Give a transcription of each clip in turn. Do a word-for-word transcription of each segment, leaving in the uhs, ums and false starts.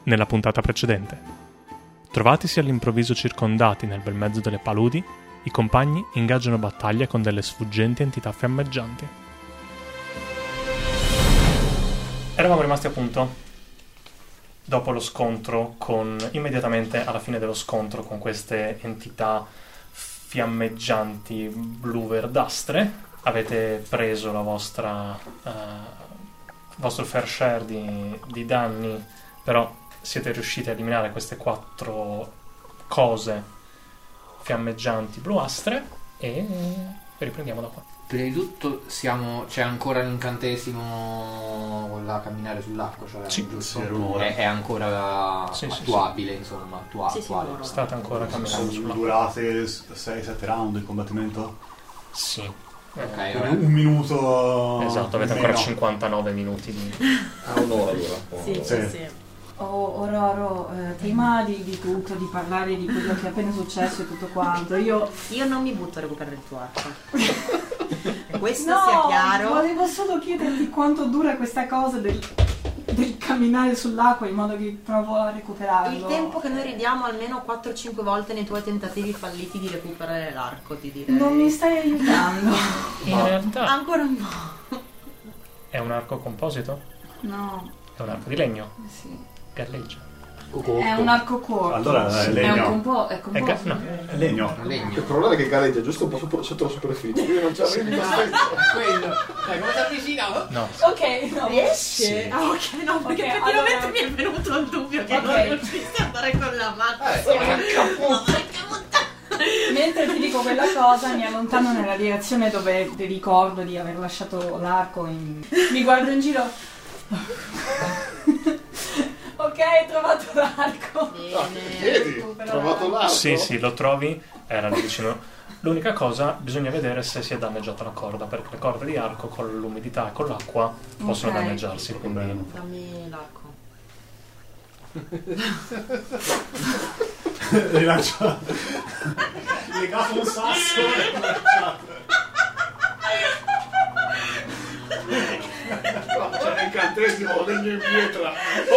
Nella puntata precedente. Trovatisi all'improvviso circondati nel bel mezzo delle paludi, i compagni ingaggiano battaglia con delle sfuggenti entità fiammeggianti. Eravamo rimasti appunto dopo lo scontro con, immediatamente alla fine dello scontro con queste entità fiammeggianti blu-verdastre. Avete preso la vostra uh, vostro fair share di, di danni, però siete riusciti a eliminare queste quattro cose fiammeggianti bluastre e riprendiamo da qua. Prima di tutto siamo, c'è ancora l'incantesimo con la camminare sull'acqua, cioè sì, giusto? Sì, è, è ancora sì, attuabile, sì, insomma, attua- sì, attuale. sì, state ancora camminando sull'acqua. Durate sei sette round il combattimento? Sì. Ok, Un, vabbè. un minuto. Esatto, avete ancora cinquantanove minuti di... Ah, un'ora dura. Sì, Sì. sì, sì. Oh, Ororo, eh, prima di, di tutto, di parlare di quello che è appena successo e tutto quanto, io... Io non mi butto a recuperare il tuo arco. Questo No, sia chiaro. volevo solo chiederti quanto dura questa cosa del, del camminare sull'acqua in modo che provo a recuperarlo. Il tempo che noi ridiamo almeno quattro cinque volte nei tuoi tentativi falliti di recuperare l'arco, ti direi. Non mi stai aiutando. In realtà Ancora un po'. è un arco composito? No, È un arco di legno? sì. Galleggia. È un arco corto. Allora è È un legno. compo- è È composto. ga- no. È legno. Legno. Il problema è che galleggia giusto un po' sopra- sotto la superficie, quindi non c'è arrivi Quello, dai, come ti avvicina? No. Ok, no. Riesci? Sì. Ah, ok, no, perché Ok, effettivamente allora- mi è venuto il dubbio che Ok. non riuscissi ad andare con la mano. Mentre ti dico quella cosa, mi allontano nella direzione dove ricordo di aver lasciato l'arco. In... Mi guardo in giro. Ok, hai trovato l'arco. Vedi? Recupero Trovato l'arco. l'arco? Sì, sì, lo trovi, era lì vicino. L'unica cosa, bisogna vedere se si è danneggiata la corda, perché le corde di arco con l'umidità e con l'acqua possono Ok. danneggiarsi, quindi... Dammi l'arco. Rilancia. Legato un sasso e rilanciato. C'è l'incantesimo legno in pietra.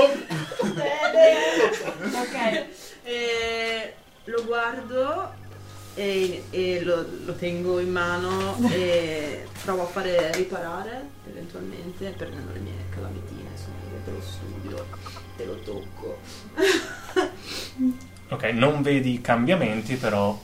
Ok. E lo guardo e, e lo, lo tengo in mano e provo a fare riparare eventualmente, prendendo le mie calamitine, insomma, te lo studio, te lo tocco. Ok, non vedi cambiamenti, però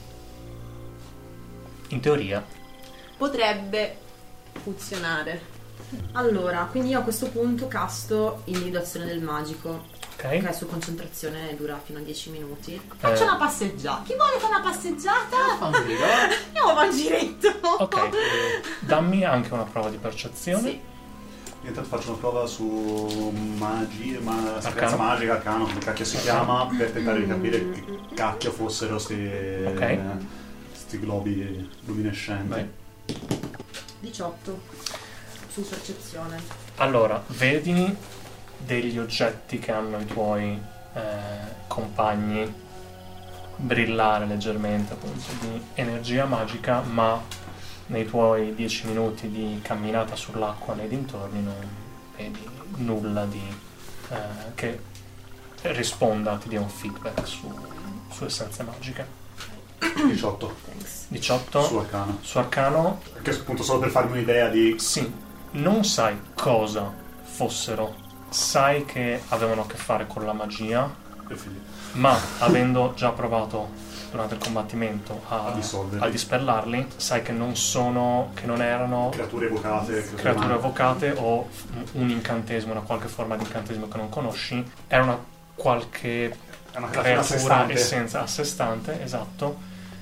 in teoria Potrebbe funzionare. Allora, quindi io a questo punto casto individuazione del magico, ok. che su concentrazione dura fino a dieci minuti. Faccio Eh. una passeggiata. Chi vuole fare una passeggiata? Fa un giro. Andiamo a fare un giretto. Ok, dammi anche una prova di percezione. Sì. Io intanto faccio una prova su magia, ma Arcano. sapienza magica, arcano, come cacchio si chiama, per tentare di capire che cacchio fossero sti, Ok. sti globi luminescenti. Vai. diciotto su percezione. Allora, vedi degli oggetti che hanno i tuoi eh, compagni brillare leggermente, appunto, di energia magica, ma nei tuoi dieci minuti di camminata sull'acqua nei dintorni non vedi nulla di eh, che risponda, ti dia un feedback su, su essenze magiche. diciotto Thanks. diciotto su arcano. su arcano. Che appunto solo per farmi un'idea di... Sì, non sai cosa fossero, sai che avevano a che fare con la magia, ma avendo già provato durante il combattimento a, A dissolverli. a dispellarli, sai che non sono, che non erano creature evocate. creature evocate o un incantesimo, una qualche forma di incantesimo che non conosci, era una qualche È una creatura a sé creatura stante. essenza a sé stante, esatto,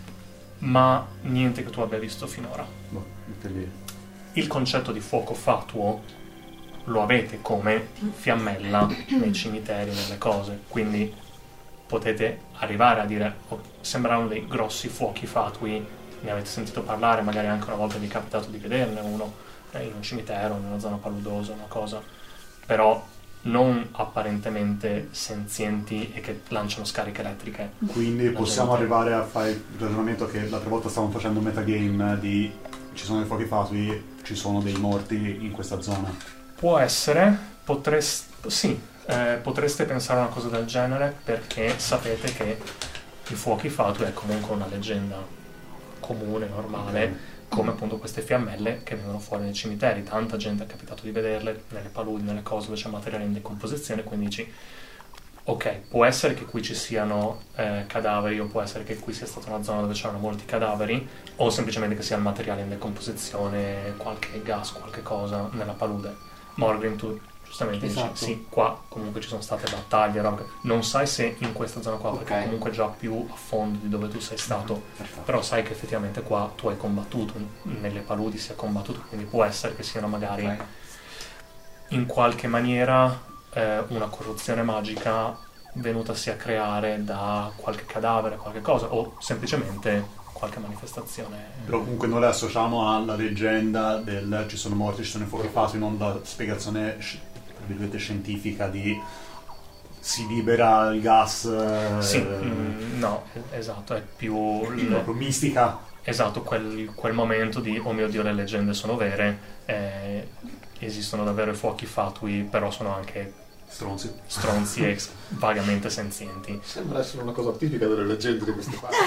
ma niente che tu abbia visto finora. Boh, mette lì. Il concetto di fuoco fatuo lo avete come fiammella nei cimiteri, nelle cose, quindi potete arrivare a dire oh, sembrano dei grossi fuochi fatui, ne avete sentito parlare, magari anche una volta vi è capitato di vederne uno eh, in un cimitero, in una zona paludosa, una cosa, però non apparentemente senzienti e che lanciano scariche elettriche. Quindi La possiamo gente- arrivare a fare il ragionamento che l'altra volta stavamo facendo un metagame di ci sono dei fuochi fatui, ci sono dei morti in questa zona. Può essere, potresti, sì, Eh, potreste pensare a una cosa del genere perché sapete che i fuochi fatui è comunque una leggenda comune, normale, okay. Come appunto queste fiammelle che vengono fuori nei cimiteri. Tanta gente è capitato di vederle nelle paludi, nelle cose dove c'è materiale in decomposizione, quindi dici ok, può essere che qui ci siano eh, cadaveri, o può essere che qui sia stata una zona dove c'erano molti cadaveri, o semplicemente che sia il materiale in decomposizione, qualche gas, qualche cosa nella palude. Morgan, tu giustamente esatto. Dici sì, qua comunque ci sono state battaglie, roba. Non sai se in questa zona qua, okay. Perché comunque già più a fondo di dove tu sei stato, mm-hmm. Però sai che effettivamente qua tu hai combattuto, nelle paludi si è combattuto, quindi può essere che siano magari okay. In qualche maniera eh, una corruzione magica venutasi a creare da qualche cadavere, qualche cosa, o semplicemente qualche manifestazione. Però comunque noi le associamo alla leggenda del ci sono morti, ci sono i fuochi fatui, non da spiegazione scientifica di si libera il gas. Eh, sì, mm, no, esatto, è più l- mistica. Esatto, quel, quel momento di oh mio Dio, le leggende sono vere, eh, esistono davvero i fuochi fatui, però sono anche stronzi, stronzi e vagamente senzienti. Sembra essere una cosa tipica delle leggende di queste parti.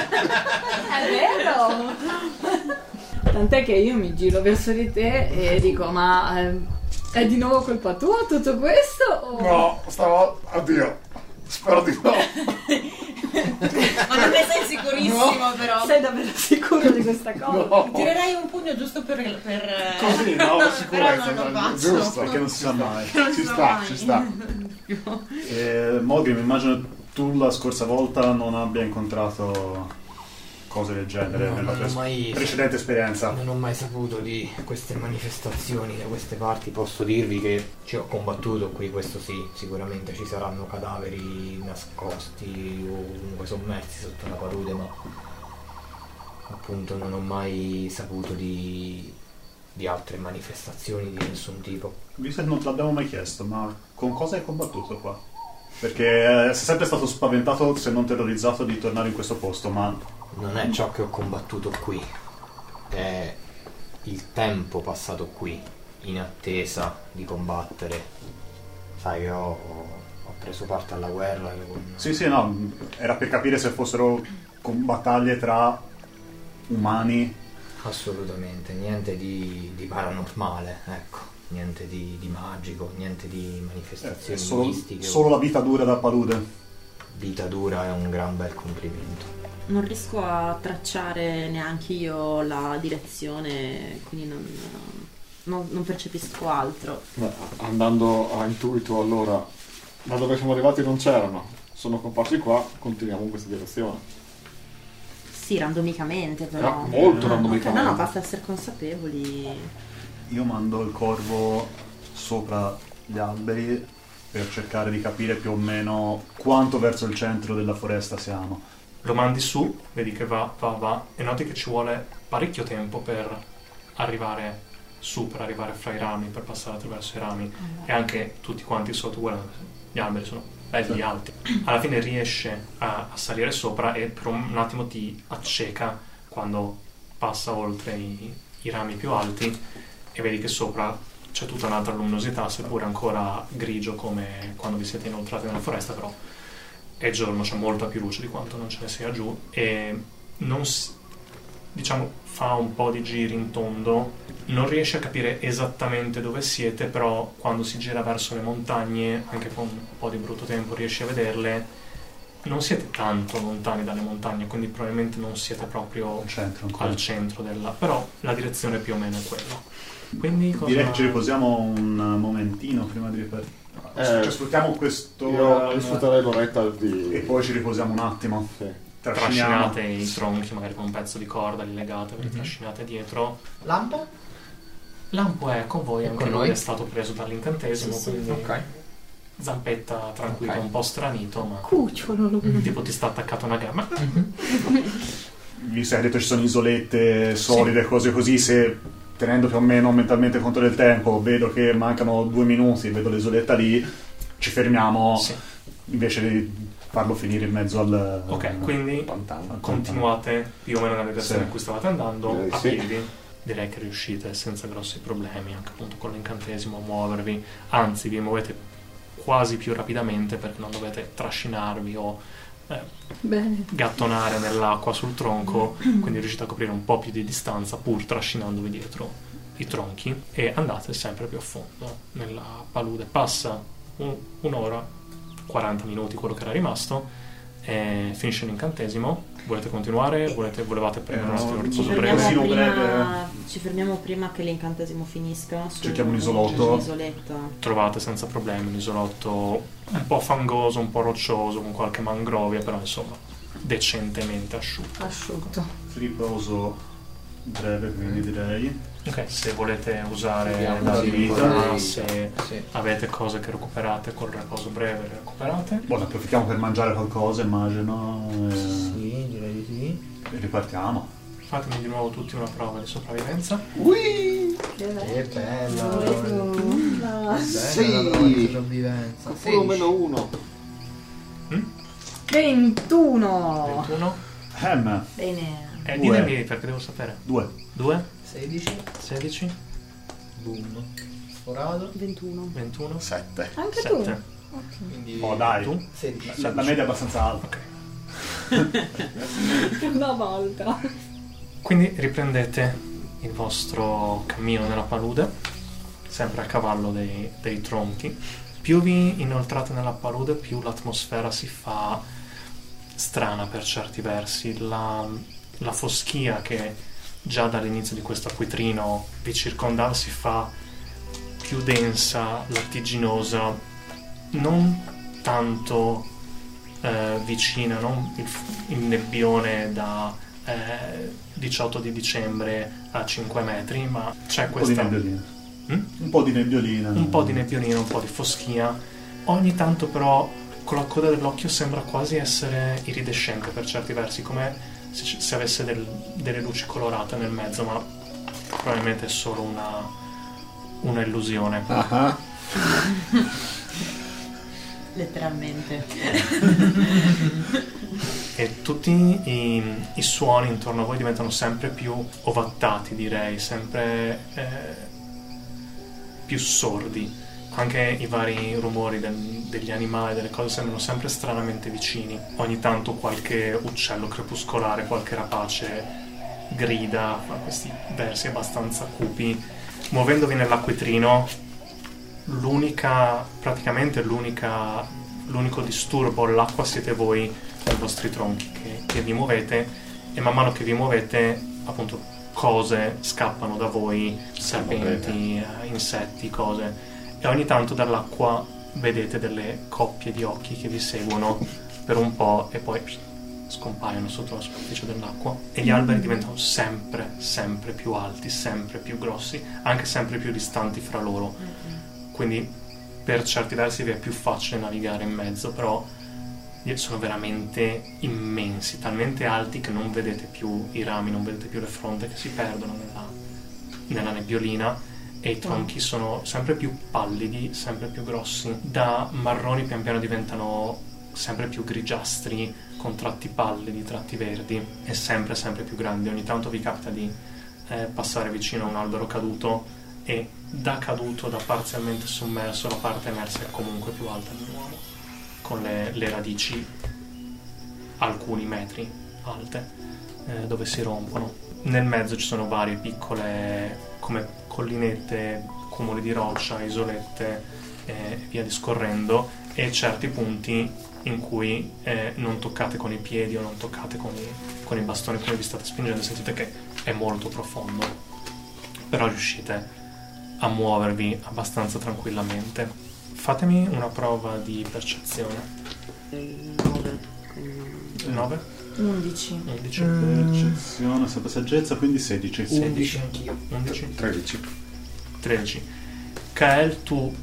È vero! Tant'è che io mi giro verso di te e dico, ma eh, è di nuovo colpa tua tutto questo? O... No, stavo... Addio. Spero di no. Ma non ne sei sicurissimo, no. Però. Sei davvero sicuro di questa cosa? No. Tirerei un pugno giusto per... per Così, no? no Sicurezza. Però non lo faccio. Giusto, perché non si sa mai. Ci sta, mai. ci sta. eh, Mogrim, immagino tu la scorsa volta non abbia incontrato cose del genere no, nella tua mai, precedente esperienza. Non ho mai saputo di queste manifestazioni da queste parti. Posso dirvi che ci ho combattuto qui, questo sì, sicuramente ci saranno cadaveri nascosti o comunque sommersi sotto la palude, ma appunto non ho mai saputo di, di altre manifestazioni di nessun tipo. Visto che non te l'abbiamo mai chiesto, ma con cosa hai combattuto qua? Perché eh, sei sempre stato spaventato, se non terrorizzato, di tornare in questo posto, ma non è ciò che ho combattuto qui, è il tempo passato qui, in attesa di combattere. Sai, io ho, ho preso parte alla guerra. Con... Sì, sì, no, era per capire se fossero con battaglie tra umani. Assolutamente, niente di, di paranormale, ecco, niente di, di magico, niente di manifestazioni eh, solo, mistiche. Solo o... la vita dura da palude. Vita dura è un gran bel complimento. Non riesco a tracciare neanche io la direzione, quindi non, non, non percepisco altro. Beh, andando a intuito allora, da dove siamo arrivati non c'erano, sono comparsi qua, continuiamo in questa direzione. Sì, randomicamente però. No, molto ah, randomicamente. Okay. No, no, basta essere consapevoli. Io mando il corvo sopra gli alberi per cercare di capire più o meno quanto verso il centro della foresta siamo. Lo mandi su, vedi che va, va, va, e noti che ci vuole parecchio tempo per arrivare su, per arrivare fra i rami, per passare attraverso i rami. Mm. E anche tutti quanti sotto, guarda, gli alberi sono belli sì. alti. Alla fine riesce a, a salire sopra e per un attimo ti acceca quando passa oltre i, i rami più alti e vedi che sopra c'è tutta un'altra luminosità, seppure ancora grigio come quando vi siete inoltrati nella foresta, però è giorno, c'è molta più luce di quanto non ce ne sia giù e non si, diciamo fa un po' di giri in tondo, non riesce a capire esattamente dove siete, però quando si gira verso le montagne, anche con un po' di brutto tempo riesce a vederle, non siete tanto lontani dalle montagne, quindi probabilmente non siete proprio al centro, al centro della, però la direzione più o meno è quella. Quindi cosa... Direi che ci riposiamo un momentino prima di ripartire. Eh, cioè, sfruttiamo questo io sfrutterei l'oretta di... e poi ci riposiamo un attimo. Sì. Trascinate i tronchi magari con un pezzo di corda, li legate, vi mm-hmm. trascinate dietro. Lampo? Lampo è con voi, è anche con lui noi. È stato preso dall'incantesimo, sì, sì. quindi Okay. Zampetta tranquillo, okay. Un po' stranito, ma cucciolo, tipo ti sta attaccato una gamba. Vi sei detto ci sono isolette solide, sì. Cose così, se tenendo più o meno mentalmente conto del tempo, vedo che mancano due minuti, vedo l'isoletta lì, ci fermiamo, sì. Invece di farlo finire in mezzo al ok, al, quindi al continuate più o meno nella direzione sì. in cui stavate andando, direi a sì. piedi. Direi che riuscite senza grossi problemi, anche appunto con l'incantesimo, a muovervi, anzi vi muovete quasi più rapidamente perché non dovete trascinarvi o eh, Bene. gattonare nell'acqua sul tronco, quindi riuscite a coprire un po' più di distanza pur trascinandovi dietro i tronchi e andate sempre più a fondo nella palude. Passa un, un'ora, quaranta minuti, quello che era rimasto, e finisce l'incantesimo. Volete continuare? Volete, volevate prendere Eh, un no, attimo di Ci riposo breve. breve? fermiamo, Sì, un prima, ci fermiamo prima che l'incantesimo finisca. Su Cerchiamo un isolotto. un'isoletta. Trovate senza problemi un isolotto un po' fangoso, un po' roccioso, con qualche mangrovia, però insomma decentemente asciutto. Asciutto. Riposo breve, quindi direi. Ok, se volete usare Vediamo la se vita, vorrei- se Sì. avete cose che recuperate col riposo breve, le recuperate. Boh, ne approfittiamo per mangiare qualcosa, immagino. E, Sì, direi di sì. e ripartiamo. Fatemi di nuovo tutti una prova di sopravvivenza. Che Che bella. bella. Sì. Sopravvivenza. Pure meno uno. ventuno. ventuno. Ehm, Bene. Eh, Due. ditemi perché devo sapere. due. due, sedici. sedici, Boom. Sforato. ventuno. ventuno, sette. Anche tu. sette. Ok. Quindi Oh dai, Tu? sedici. la, la media è abbastanza alta. Ok. Una volta. Quindi riprendete il vostro cammino nella palude, sempre a cavallo dei, dei tronchi. Più vi inoltrate nella palude, più l'atmosfera si fa strana per certi versi. La, la foschia che già dall'inizio di questo acquitrino vi circondava si fa più densa, lattiginosa, non tanto eh, vicina, non il, il nebbione da eh, diciotto di dicembre a cinque metri, ma c'è Un po' di questa nebbiolina. Mm? Un po' di nebbiolina. un po' di nebbiolina, un po' di foschia. Ogni tanto però con la coda dell'occhio sembra quasi essere iridescente per certi versi, come se, ci- se avesse del- delle luci colorate nel mezzo, ma probabilmente è solo una, una illusione. Ah, Letteralmente. E tutti i, i suoni intorno a voi diventano sempre più ovattati, direi, sempre eh, più sordi. Anche i vari rumori del- degli animali, delle cose sembrano sempre stranamente vicini. Ogni tanto qualche uccello crepuscolare, qualche rapace grida, fa questi versi abbastanza cupi. Muovendovi nell'acquitrino, l'unica, praticamente l'unica, l'unico disturbo, l'acqua siete voi e i vostri tronchi che, che vi muovete, e man mano che vi muovete, appunto, cose scappano da voi, serpenti, eh, insetti, cose. E ogni tanto dall'acqua vedete delle coppie di occhi che vi seguono per un po' e poi scompaiono sotto la superficie dell'acqua, e gli alberi diventano sempre, sempre più alti, sempre più grossi, anche sempre più distanti fra loro. Quindi per certi versi vi è più facile navigare in mezzo, però sono veramente immensi, talmente alti che non vedete più i rami, non vedete più le fronde, che si perdono nella, nella nebbiolina. E i tronchi sono sempre più pallidi, sempre più grossi. Da marroni pian piano diventano sempre più grigiastri, con tratti pallidi, tratti verdi, e sempre sempre più grandi. Ogni tanto vi capita di eh, passare vicino a un albero caduto, e da caduto, da parzialmente sommerso, la parte emersa è comunque più alta di un uomo, con le, le radici alcuni metri alte, eh, dove si rompono. Nel mezzo ci sono varie piccole, come collinette, cumuli di roccia, isolette eh, e via discorrendo, e certi punti in cui eh, non toccate con i piedi o non toccate con i, con i bastoni come vi state spingendo, sentite che è molto profondo, però riuscite a muovervi abbastanza tranquillamente. Fatemi una prova di percezione. nove. nove? undici. undici? Percezione, sempre saggezza, quindi sedici. undici anch'io. undici? tredici. tredici. Kael, tu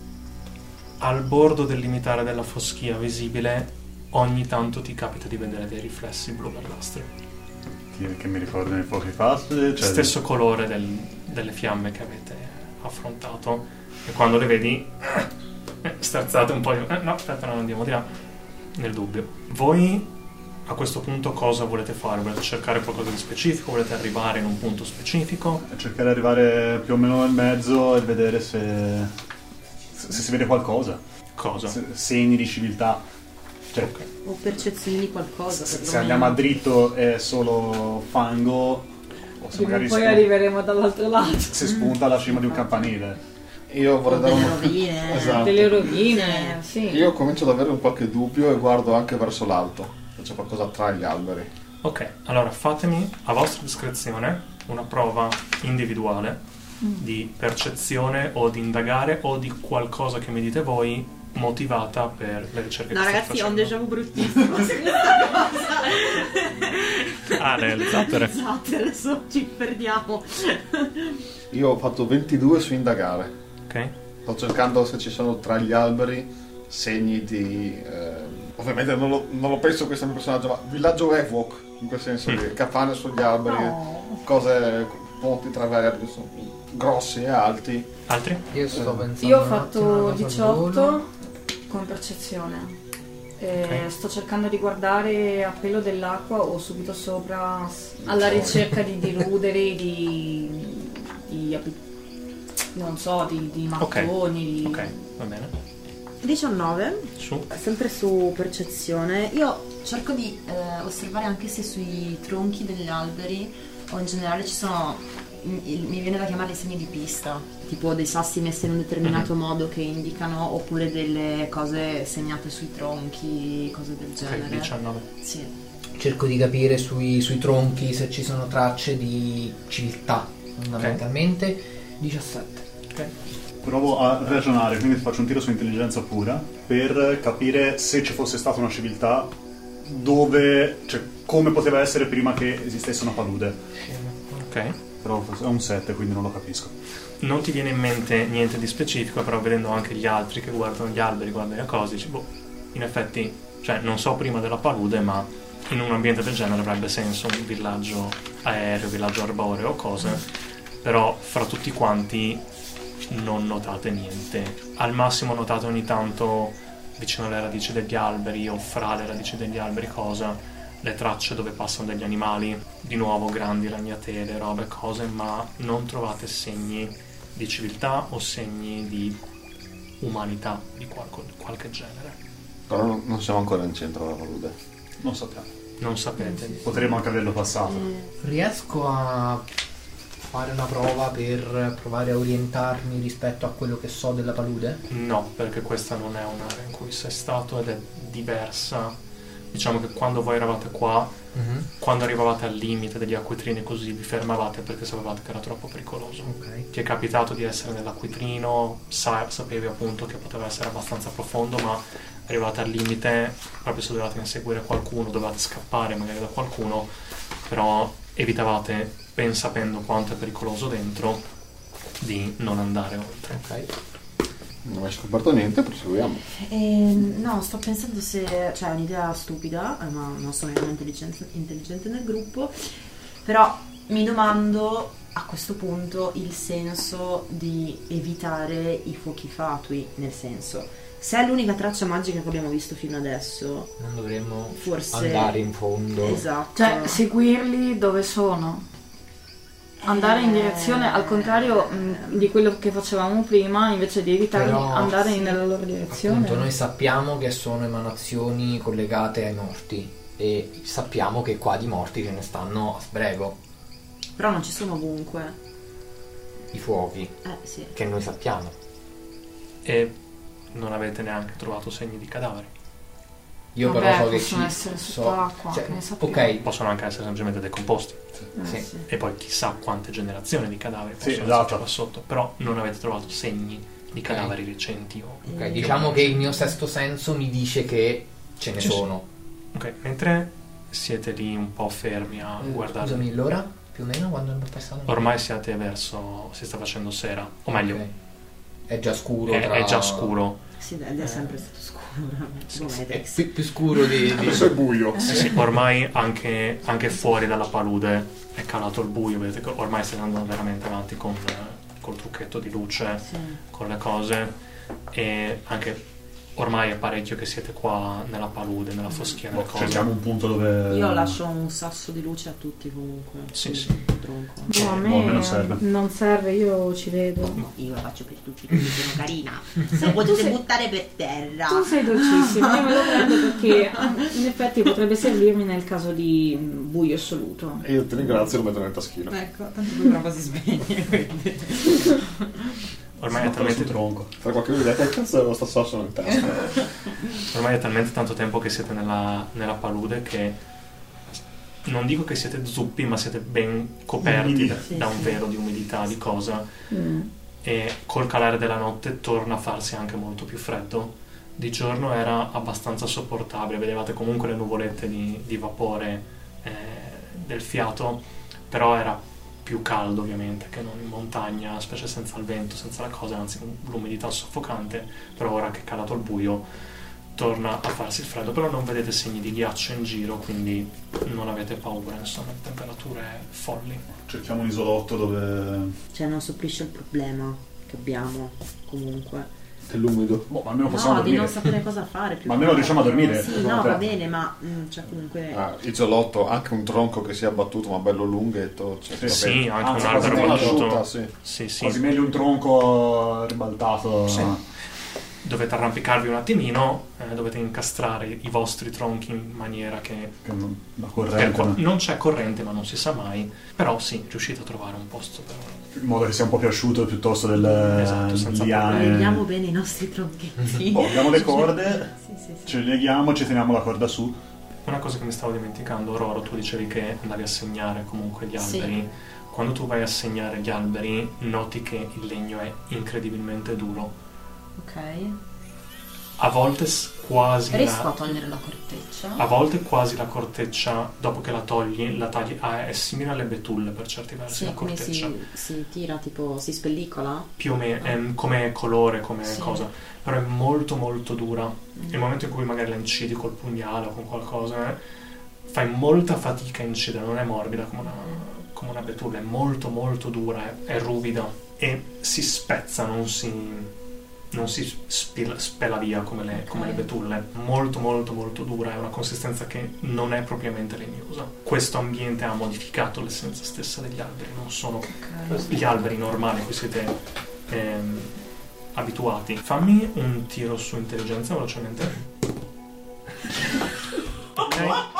al bordo del limitare della foschia visibile, ogni tanto ti capita di vedere dei riflessi blu verdastri. Che, che mi ricordano i fuochi fasti. Cioè Stesso colore del- delle fiamme che avete affrontato, e quando le vedi eh, sterzate un po'. Di, eh, no, aspetta, non andiamo di là. Nel dubbio. Voi a questo punto cosa volete fare? Volete cercare qualcosa di specifico? Volete arrivare in un punto specifico? cercare di arrivare più o meno nel mezzo e vedere se, se, se si vede qualcosa. Cosa? se- segni di civiltà. Cioè, Ok. O percezioni di qualcosa. se, se perlomeno. andiamo a dritto è solo fango, o se Prima o magari poi spunta, arriveremo dall'altro lato. se spunta alla cima di un campanile. Io vorrei O dare delle un... rovine. Esatto. Delle rovine, sì. Io comincio ad avere un qualche dubbio e guardo anche verso l'alto, se c'è qualcosa tra gli alberi. Ok, allora fatemi a vostra discrezione una prova individuale di percezione o di indagare o di qualcosa che mi dite voi motivata per le ricerche No che ragazzi, state ho un facendo. déjà vu bruttissimo su questa cosa. Ah, nel zattere. Esatto, adesso ci perdiamo. Io ho fatto ventidue su indagare. Ok. Sto cercando se ci sono tra gli alberi segni di... eh, ovviamente non lo, non lo penso questo mio personaggio, ma villaggio Evok, in quel senso di capanne sugli alberi, No. cose, ponti traversi, insomma, grossi e alti. Altri? Io sto pensando. Io ho un attimo fatto una cosa al diciotto volo. con percezione. E Ok. sto cercando di guardare a pelo dell'acqua o subito sopra s- alla ricerca di, di ruderi, di, di api- non so, di, di mattoni. di- Ok, va bene. diciannove, Su. sempre su percezione. Io Cerco di eh, osservare anche se sui tronchi degli alberi o in generale ci sono, mi mi viene da chiamarli segni di pista. tipo dei sassi messi in un determinato modo che indicano, oppure delle cose segnate sui tronchi, cose del Ok, genere. diciannove. Sì. Cerco di capire sui, sui tronchi se ci sono tracce di civiltà, fondamentalmente. diciassette. Ok. Provo a ragionare, quindi faccio un tiro su intelligenza pura per capire se ci fosse stata una civiltà, dove, cioè come poteva essere prima che esistesse una palude. Ok. Però è un sette, quindi non lo capisco. Non ti viene in mente niente di specifico, però vedendo anche gli altri che guardano gli alberi, guardano le cose, dici, boh, in effetti, cioè non so prima della palude, ma in un ambiente del genere avrebbe senso un villaggio aereo, villaggio arboreo o cose, però fra tutti quanti non notate niente. Al massimo notate ogni tanto vicino alle radici degli alberi o fra le radici degli alberi cosa, le tracce dove passano degli animali, di nuovo grandi ragnatele, robe, cose, ma non trovate segni di civiltà o segni di umanità di qualco- qualche genere. Però non, non siamo ancora in centro della palude. Non sappiamo. Non sapete. Potremmo anche averlo passato. Riesco a fare una prova per provare a orientarmi rispetto a quello che so della palude? No, perché questa non è un'area in cui sei stato ed è diversa. Diciamo che quando voi eravate qua, quando arrivavate al limite degli acquitrini così, vi fermavate perché sapevate che era troppo pericoloso. Ok. Ti è capitato di essere nell'acquitrino, sa- sapevi appunto che poteva essere abbastanza profondo, ma arrivate al limite, proprio se dovevate inseguire qualcuno, dovevate scappare magari da qualcuno, però evitavate, ben sapendo quanto è pericoloso dentro, di non andare oltre. Ok. Non ho mai scoperto niente, proseguiamo. Ehm, no, sto pensando se, cioè è un'idea stupida, eh, ma non sono veramente intelligente, intelligente nel gruppo, però mi domando a questo punto il senso di evitare i fuochi fatui, nel senso, se è l'unica traccia magica che abbiamo visto fino adesso, Non dovremmo forse andare in fondo. esatto. Cioè, seguirli dove sono. Andare in Eh. direzione, al contrario mh, di quello che facevamo prima, invece di evitarli, Però, andare sì. nella loro direzione. Appunto, noi sappiamo che sono emanazioni collegate ai morti e sappiamo che qua di morti ce ne stanno a sbrego, Però non ci sono ovunque. i fuochi, Eh sì. che noi sappiamo. E non avete neanche trovato segni di cadaveri. Io Vabbè, però so che possono ci essere so- sott'acqua, cioè, che ne sappiamo. ok, Possono anche essere semplicemente decomposti. Eh, sì. sì. E poi chissà quante generazioni di cadaveri Sì, possono esatto. esserci qua sotto, però non avete trovato segni di cadaveri recenti o... ok, Eh, diciamo che il mio sesto senso mi dice che ce ne Sì, sì. sono. Ok, mentre siete lì un po' fermi a Eh, guardare... Scusami, l'ora più o meno quando è passato? Ormai siete verso... si sta facendo sera, o meglio, Ok. È già scuro. è, tra- è già scuro. Sì, ed è sempre stato scuro, veramente. Sì, come sì. È Matrix. più, più scuro di... di- Adesso è buio. Sì, sì, ormai anche, anche fuori dalla palude è calato il buio, vedete che ormai state andando veramente avanti con, eh, col trucchetto di luce, Sì. con le cose, e anche ormai è parecchio che siete qua nella palude, nella foschia delle Boh, cose. cerchiamo un punto dove... Io lascio un sasso di luce a tutti comunque. Sì, sul sì. tronco. No, a me boh, a me non serve. non serve, io ci vedo. Io la faccio per tutti, quindi sono carina. Se potete sei- buttare per terra. Tu sei dolcissima, io me lo prendo perché in effetti potrebbe servirmi nel caso di buio assoluto. E io ti ringrazio e lo metto nel taschino. Ecco, tanto poi brava si spegne, quindi. Ormai è Sbatterlo sul talmente tronco. Tra qualche video che cazzo è lo sta sasso nel tasca. Ormai è talmente tanto tempo che siete nella, nella palude che non dico che siete zuppi, ma siete ben coperti Umidi. da, Sì, da un sì. velo di umidità, di cosa, Mm. e col calare della notte torna a farsi anche molto più freddo. Di giorno era abbastanza sopportabile, vedevate comunque le nuvolette di, di vapore eh, del fiato, però era più caldo ovviamente che non in montagna, specie senza il vento, senza la cosa, anzi l'umidità soffocante. Però ora che è calato il buio torna a farsi il freddo, però non vedete segni di ghiaccio in giro, quindi non avete paura, insomma, temperature folli. Cerchiamo un isolotto dove... Cioè non supplisce il problema che abbiamo comunque. È l'umido. Boh, ma almeno possiamo No, di dormire. non sapere cosa fare. Più Ma almeno che riusciamo a altro. dormire, Sì, secondo no, te? va bene, ma mm, cioè comunque. Ah, isolotto, anche un tronco che sia abbattuto ma bello lunghetto. Cioè, Sì, va Sì, bene. anche Anzi, un quasi albero meno battuto. asciutta, sì. Sì, sì. Quasi meglio un tronco ribaltato. Sì. Dovete arrampicarvi un attimino, eh, dovete incastrare i vostri tronchi in maniera che Che non- la per corrente. qua- no? non c'è corrente, ma non si sa mai. Però sì, riuscite a trovare un posto per... In modo che sia un po' più asciutto piuttosto del Esatto, senza liane. Leghiamo bene i nostri tronchetti. Boh, abbiamo le corde, Sì, sì, sì. ce le leghiamo, ci teniamo la corda su. Una cosa che mi stavo dimenticando, Roro, tu dicevi che andavi a segnare comunque gli Sì. alberi. Quando tu vai a segnare gli alberi, noti che il legno è incredibilmente duro. Ok. A volte s- quasi Riesco a la, togliere la corteccia. a volte quasi la corteccia, dopo che la togli, la tagli, ah, è simile alle betulle per certi versi, Sì, la come corteccia. si, si tira, tipo si spellicola. Più o meno, ehm, come colore, come Sì. cosa, però è molto molto dura. Mm. Nel momento in cui magari la incidi col pugnale o con qualcosa, eh, fai molta fatica a incidere, non è morbida come una, come una betulla, è molto molto dura, è, è ruvida e si spezza, non si, non si spil- spela via come le, come le Ok. betulle, molto molto molto dura, è una consistenza che non è propriamente legnosa. Questo ambiente ha modificato l'essenza stessa degli alberi, non sono Ok. gli alberi normali a cui siete ehm, abituati. Fammi un tiro su intelligenza velocemente. Ok.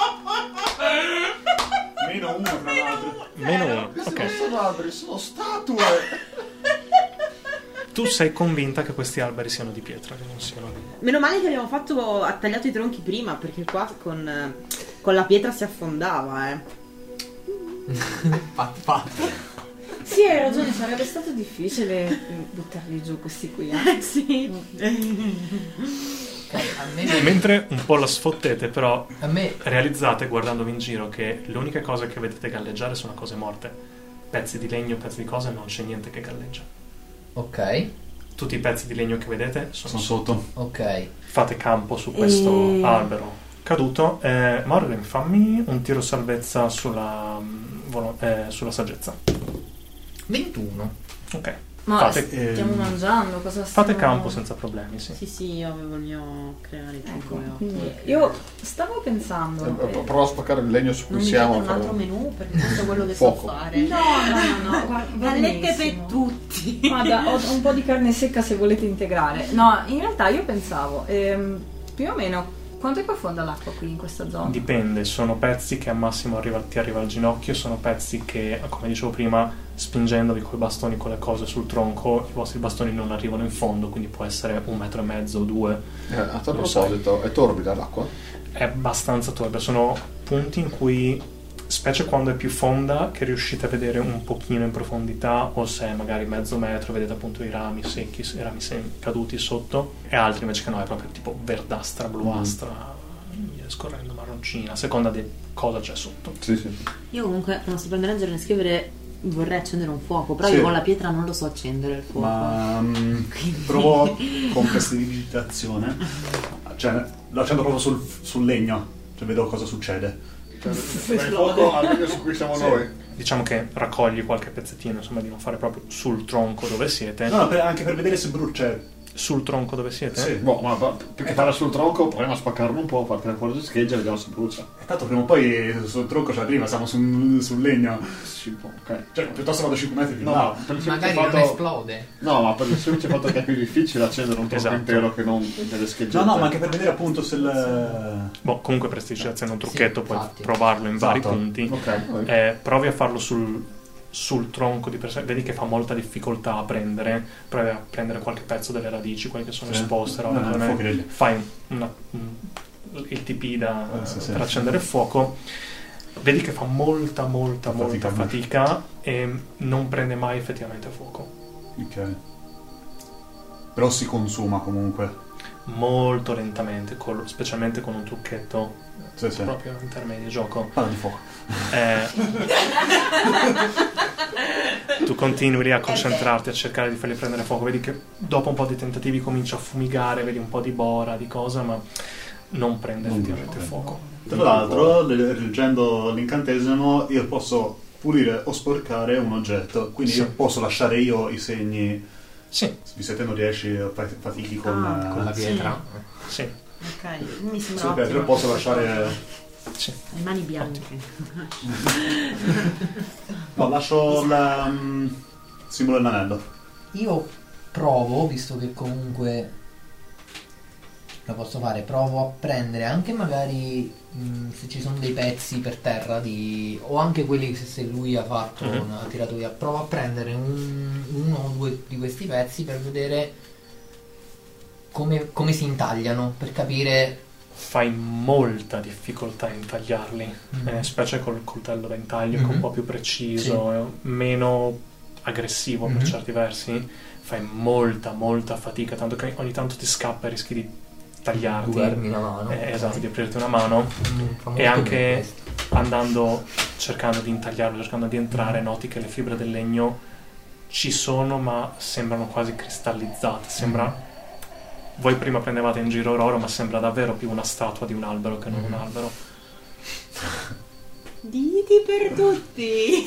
Meno uno, tra l'altro. Meno uno. Questi Ok. non sono alberi, sono statue. Tu sei convinta che questi alberi siano di pietra, che non siano. Meno male che abbiamo fatto, ha tagliato i tronchi prima, perché qua con, eh, con la pietra si affondava, eh. Fatto, fatto. Sì, hai ragione, sarebbe stato difficile buttarli giù questi qui. Eh. Eh sì. Ok, a me, Mentre un po' la sfottete, però a me realizzate guardandovi in giro che le uniche cose che vedete galleggiare sono cose morte. Pezzi di legno, pezzi di cose, non c'è niente che galleggia. ok, Tutti i pezzi di legno che vedete sono, Sono sotto. ok. Fate campo su questo E- albero caduto. Eh, Maureen, fammi un tiro salvezza sulla, mm, volo- eh, sulla saggezza. ventuno. Ok. Ma Fate, stiamo ehm, mangiando, cosa stiamo... Fate campo senza problemi, sì. Sì, sì, io avevo il mio creare il Ecco, cibo. quindi io stavo pensando... Eh, eh, Prova a spaccare il legno su Non cui mi siamo. chiede un altro però- menù perché questo è quello che Fuoco. so fare. No, no, no, no, guarda, va Gallette per benissimo. tutti. Guarda, ho un po' di carne secca se volete integrare. No, in realtà io pensavo, ehm, più o meno, quanto è profonda l'acqua qui in questa zona? Dipende, sono pezzi che al massimo arriva, ti arriva al ginocchio, sono pezzi che, come dicevo prima, spingendovi coi bastoni, con le cose sul tronco, i vostri bastoni non arrivano in fondo, quindi può essere un metro e mezzo o due. Eh, a tal Lo sai. proposito, è torbida l'acqua? È abbastanza torbida, sono punti in cui, specie quando è più fonda, che riuscite a vedere un pochino in profondità, o se è magari mezzo metro, vedete appunto i rami secchi, i rami se- caduti sotto, e altri invece che no, è proprio tipo verdastra, bluastra, via scorrendo marroncina, a seconda di cosa c'è sotto. Sì, sì. Io comunque, quando sto prendendo leggere nel scrivere, vorrei accendere un fuoco, però Sì. io con la pietra non lo so accendere il fuoco. Ma mm, provo con prestidigitazione. Cioè, lo accendo proprio sul, sul legno. Cioè, vedo cosa succede. Cioè, fai fuoco al legno su cui siamo Sì. noi. Diciamo che raccogli qualche pezzettino, insomma, di non fare proprio sul tronco dove siete. No, no, per- anche per vedere se brucia. Cioè, sul tronco dove siete? Sì. Boh, ma va- più che fare sul tronco, proviamo a spaccarlo un po', far tirare fuori le schegge e vediamo se brucia. E tanto prima o poi sul tronco ci arriva, siamo sul, sul legno. Sì, boh, ok. Cioè, piuttosto vado cinque metri più No, in ma là. per il semplice Magari non fatto... esplode. No, ma per il semplice fatto che è più difficile accendere un tronco Esatto. intero che non delle schegge. No, no, ma anche per vedere appunto se il... Boh, comunque prestigitazione è un trucchetto, Sì, puoi infatti. provarlo in vari Esatto. punti. Ok, ok. Eh, provi a farlo sul, sul tronco di per sé, vedi che fa molta difficoltà a prendere, provi a prendere qualche pezzo delle radici, quelle che sono Sì. esposte, No, roba no, del genere. fuocherelli. Fai una- un- il T P da, Eh, sì, sì. per accendere il fuoco, vedi che fa molta molta molta Fatica. fatica e non prende mai effettivamente fuoco, Ok. Però si consuma comunque. molto lentamente, col- specialmente con un trucchetto Sì, sì. proprio in termini di gioco. Palla di fuoco. Eh, tu continui lì a concentrarti, a cercare di farli prendere fuoco, vedi che dopo un po' di tentativi comincia a fumigare, vedi un po' di bora, di cosa, ma non prende Non effettivamente prende. fuoco. Tra l'altro, le- leggendo l'incantesimo, io posso pulire o sporcare un oggetto, quindi Sì. io posso lasciare io i segni. Sì, Se te non riesci, fai- fatichi con, Ah, eh, Con la Sì. pietra. sì, Ok, mi sembra Sì, beh, ottimo. io posso lasciare. sì. Le mani bianche. No, lascio la, mm, il simbolo dell'anello. Io provo, visto che comunque lo posso fare, provo a prendere anche magari mh, se ci sono dei pezzi per terra di, o anche quelli che se lui ha fatto, Mhm. ha tirato via, provo a prendere un- uno o due di questi pezzi per vedere come, come si intagliano, per capire. Fai molta difficoltà a intagliarli, Mhm. eh, specie col coltello da intaglio, che è un Mhm. po' più preciso, è meno aggressivo per Mhm. certi versi. Fai molta, molta fatica, tanto che ogni tanto ti scappa e rischi di tagliarti. Guardarmi la mano. Eh, esatto, di aprirti una mano. Mm, fa molto E anche bene questo. andando, cercando di intagliarlo, cercando di entrare, noti che le fibre del legno ci sono, ma sembrano quasi cristallizzate. Sembra. Voi prima prendevate in giro l'oro, ma sembra davvero più una statua di un albero che non un albero. Diti per tutti.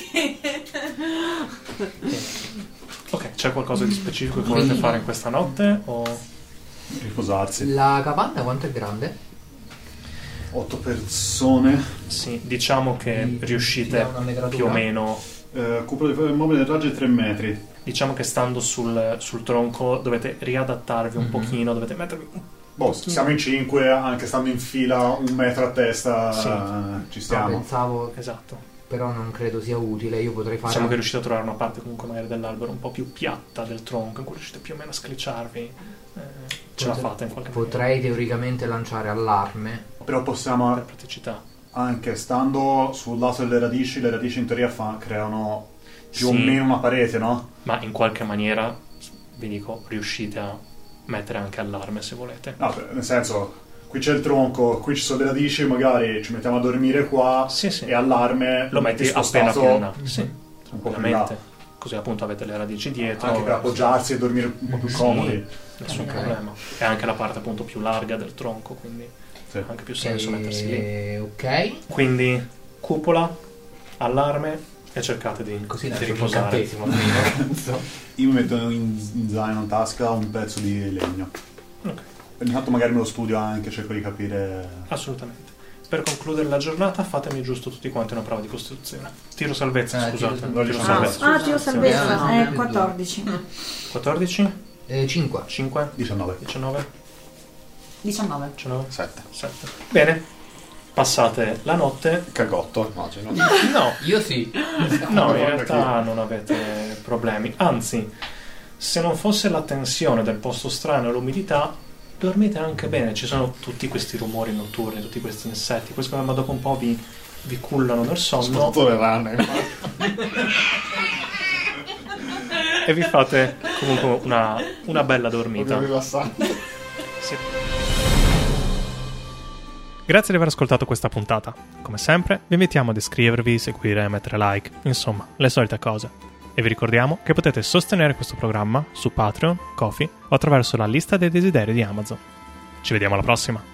Ok, c'è qualcosa di specifico che Quindi- volete fare in questa notte? O... Riposarsi. La capanna quanto è grande? Otto persone. Sì, diciamo che Ti- ti riuscite dà una metratura? più o meno. Eh, cupola di mobile raggio di tre metri. Diciamo che stando sul, sul tronco dovete riadattarvi un Mhm. pochino, dovete mettervi un Boh, siamo in cinque, anche stando in fila un metro a testa, Sì. eh, ci No, stiamo. pensavo, esatto. però non credo sia utile. Io potrei fare. Diciamo che riuscite a trovare una parte comunque magari dell'albero un po' più piatta del tronco in cui riuscite più o meno a sclicciarvi. Eh, ce la Potrei- fate in qualche Potrei teoricamente lanciare allarme. Però maniera possiamo, per praticità. anche stando sul lato delle radici, le radici in teoria fa- creano più o Sì. meno una parete, no? Ma in qualche maniera, vi dico, riuscite a mettere anche allarme se volete. No, nel senso, qui c'è il tronco, qui ci sono le radici, magari ci mettiamo a dormire qua Sì, sì. e allarme Lo metti appena spostato più in là. Sì, un po' più in là. tranquillamente. Così appunto avete le radici dietro. Anche per appoggiarsi e dormire un po' più Sì. comodi. Nessun Ok. problema. E anche la parte appunto più larga del tronco, quindi Sì. ha anche più senso mettersi lì. Eh, ok. Quindi cupola, allarme e cercate di, Così di lancio un riposare. incantesimo almeno. Io mi metto in, in zaino, in tasca, un pezzo di legno. Ok, Ogni tanto magari me lo studio anche, cerco di capire. assolutamente. Per concludere la giornata fatemi giusto tutti quanti una prova di costruzione. Tiro salvezza, Ah, scusate. tiro Tiro, salvezza. salvezza. Ah, tiro salvezza, No, è no, quattordici. quattordici, Eh, cinque. cinque, diciannove. diciannove, diciannove. diciannove, Sette. sette. Bene. Passate la notte. Cagotto, immagino. No, Io sì. no, in Madonna, realtà non avete problemi. Anzi, se non fosse la tensione del posto strano e l'umidità, dormite anche bene. Ci sono tutti questi rumori notturni, tutti questi insetti, questo ma dopo un po' vi, vi cullano nel sonno Soprattutto le rane. e vi fate comunque una, una bella dormita. Proprio rilassante. Sì. Grazie di aver ascoltato questa puntata. Come sempre, vi invitiamo ad iscrivervi, seguire e mettere like, insomma, le solite cose. E vi ricordiamo che potete sostenere questo programma su Patreon, Ko-fi o attraverso la lista dei desideri di Amazon. Ci vediamo alla prossima!